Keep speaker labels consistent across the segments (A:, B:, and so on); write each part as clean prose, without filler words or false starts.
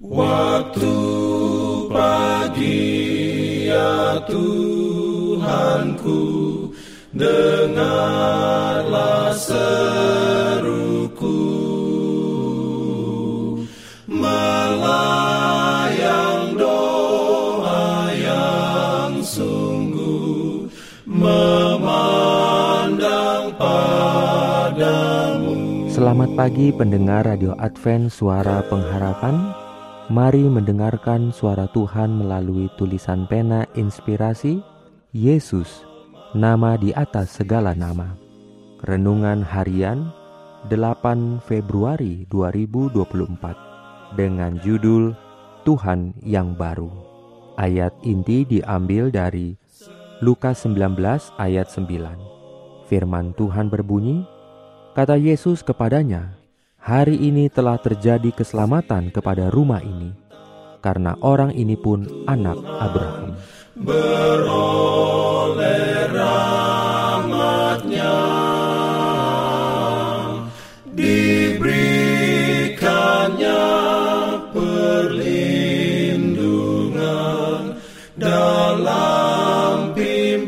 A: Waktu pagi ya Tuhanku, dengarlah seruku, melayang doa yang sungguh, memandang padamu.
B: Selamat pagi pendengar Radio Advent Suara Pengharapan. Mari mendengarkan suara Tuhan melalui tulisan pena inspirasi Yesus, nama di atas segala nama. Renungan harian 8 Februari 2024 dengan judul Tuhan yang baru. Ayat inti diambil dari Lukas 19 ayat 9. Firman Tuhan berbunyi, kata Yesus kepadanya, hari ini telah terjadi keselamatan kepada rumah ini, karena orang ini pun anak Abraham.
A: Beroleh rahmat-Nya, diberikannya perlindungan dalam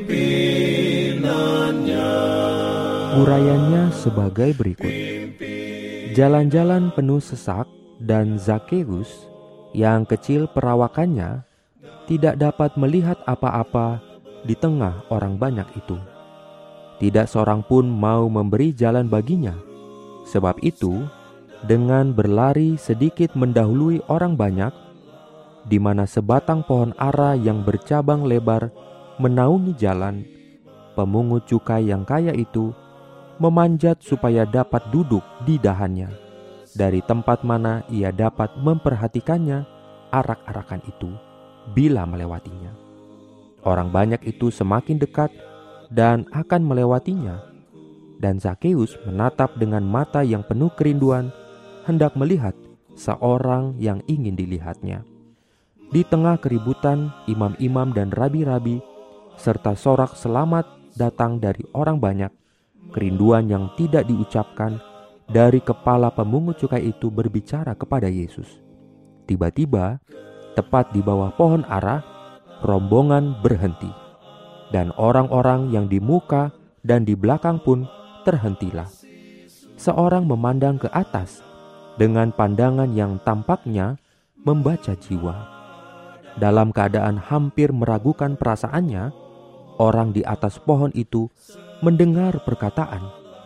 A: pimpinannya.
B: Urayanya sebagai berikut. Jalan-jalan penuh sesak dan Zakheus yang kecil perawakannya tidak dapat melihat apa-apa di tengah orang banyak itu. Tidak seorang pun mau memberi jalan baginya. Sebab itu, dengan berlari sedikit mendahului orang banyak, di mana sebatang pohon ara yang bercabang lebar menaungi jalan, pemungut cukai yang kaya itu memanjat supaya dapat duduk di dahannya, dari tempat mana ia dapat memperhatikannya arak-arakan itu bila melewatinya. Orang banyak itu semakin dekat dan akan melewatinya, dan Zakheus menatap dengan mata yang penuh kerinduan, hendak melihat seorang yang ingin dilihatnya. Di tengah keributan imam-imam dan rabi-rabi, serta sorak selamat datang dari orang banyak, kerinduan yang tidak diucapkan dari kepala pemungut cukai itu berbicara kepada Yesus. Tiba-tiba, tepat di bawah pohon ara, rombongan berhenti, dan orang-orang yang di muka dan di belakang pun terhentilah. Seorang memandang ke atas dengan pandangan yang tampaknya membaca jiwa. Dalam keadaan hampir meragukan perasaannya, orang di atas pohon itu mendengar perkataan,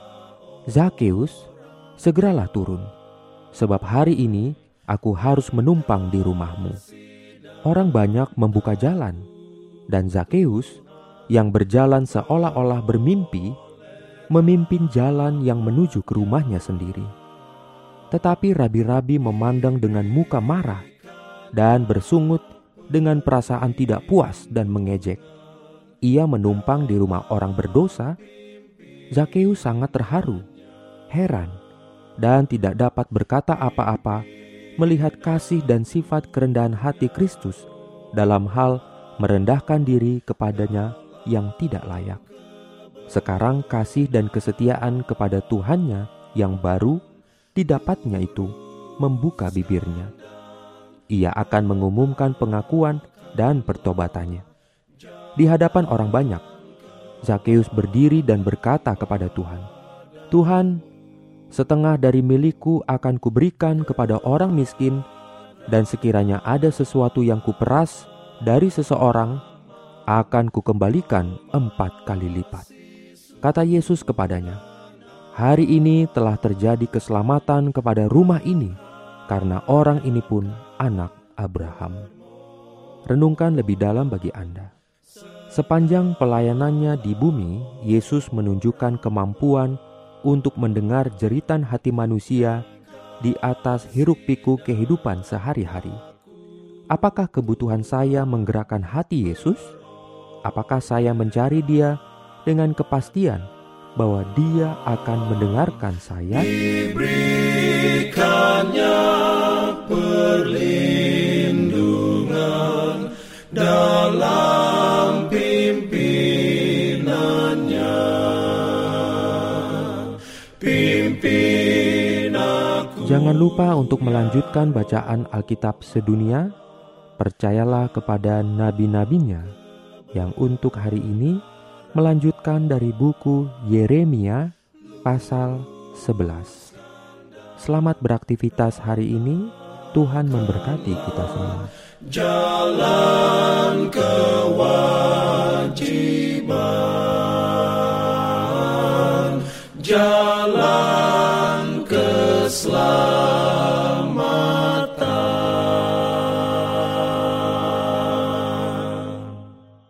B: Zakheus, segeralah turun, sebab hari ini aku harus menumpang di rumahmu. Orang banyak membuka jalan, dan Zakheus yang berjalan seolah-olah bermimpi, memimpin jalan yang menuju ke rumahnya sendiri. Tetapi rabi-rabi memandang dengan muka marah dan bersungut dengan perasaan tidak puas dan mengejek. Ia menumpang di rumah orang berdosa. Zakheus sangat terharu, heran, dan tidak dapat berkata apa-apa melihat kasih dan sifat kerendahan hati Kristus dalam hal merendahkan diri kepadanya yang tidak layak. Sekarang kasih dan kesetiaan kepada Tuhannya yang baru didapatnya itu membuka bibirnya. Ia akan mengumumkan pengakuan dan pertobatannya. Di hadapan orang banyak, Zakheus berdiri dan berkata kepada Tuhan, Tuhan, setengah dari milikku akan kuberikan kepada orang miskin, dan sekiranya ada sesuatu yang kuperas dari seseorang, akan kukembalikan 4 kali lipat. Kata Yesus kepadanya, hari ini telah terjadi keselamatan kepada rumah ini, karena orang ini pun anak Abraham. Renungkan lebih dalam bagi Anda. Sepanjang pelayanannya di bumi, Yesus menunjukkan kemampuan untuk mendengar jeritan hati manusia di atas hiruk-pikuk kehidupan sehari-hari. Apakah kebutuhan saya menggerakkan hati Yesus? Apakah saya mencari Dia dengan kepastian bahwa Dia akan mendengarkan saya?
A: Diberikannya perlindungan dalam pimpinannya. Pimpin aku
B: Jangan lupa untuk melanjutkan bacaan Alkitab sedunia. Percayalah kepada nabi-nabinya yang untuk hari ini melanjutkan dari buku Yeremia pasal 11. Selamat beraktivitas hari ini. Tuhan memberkati kita semua.
A: Jalan kewajiban, jalan keselamatan.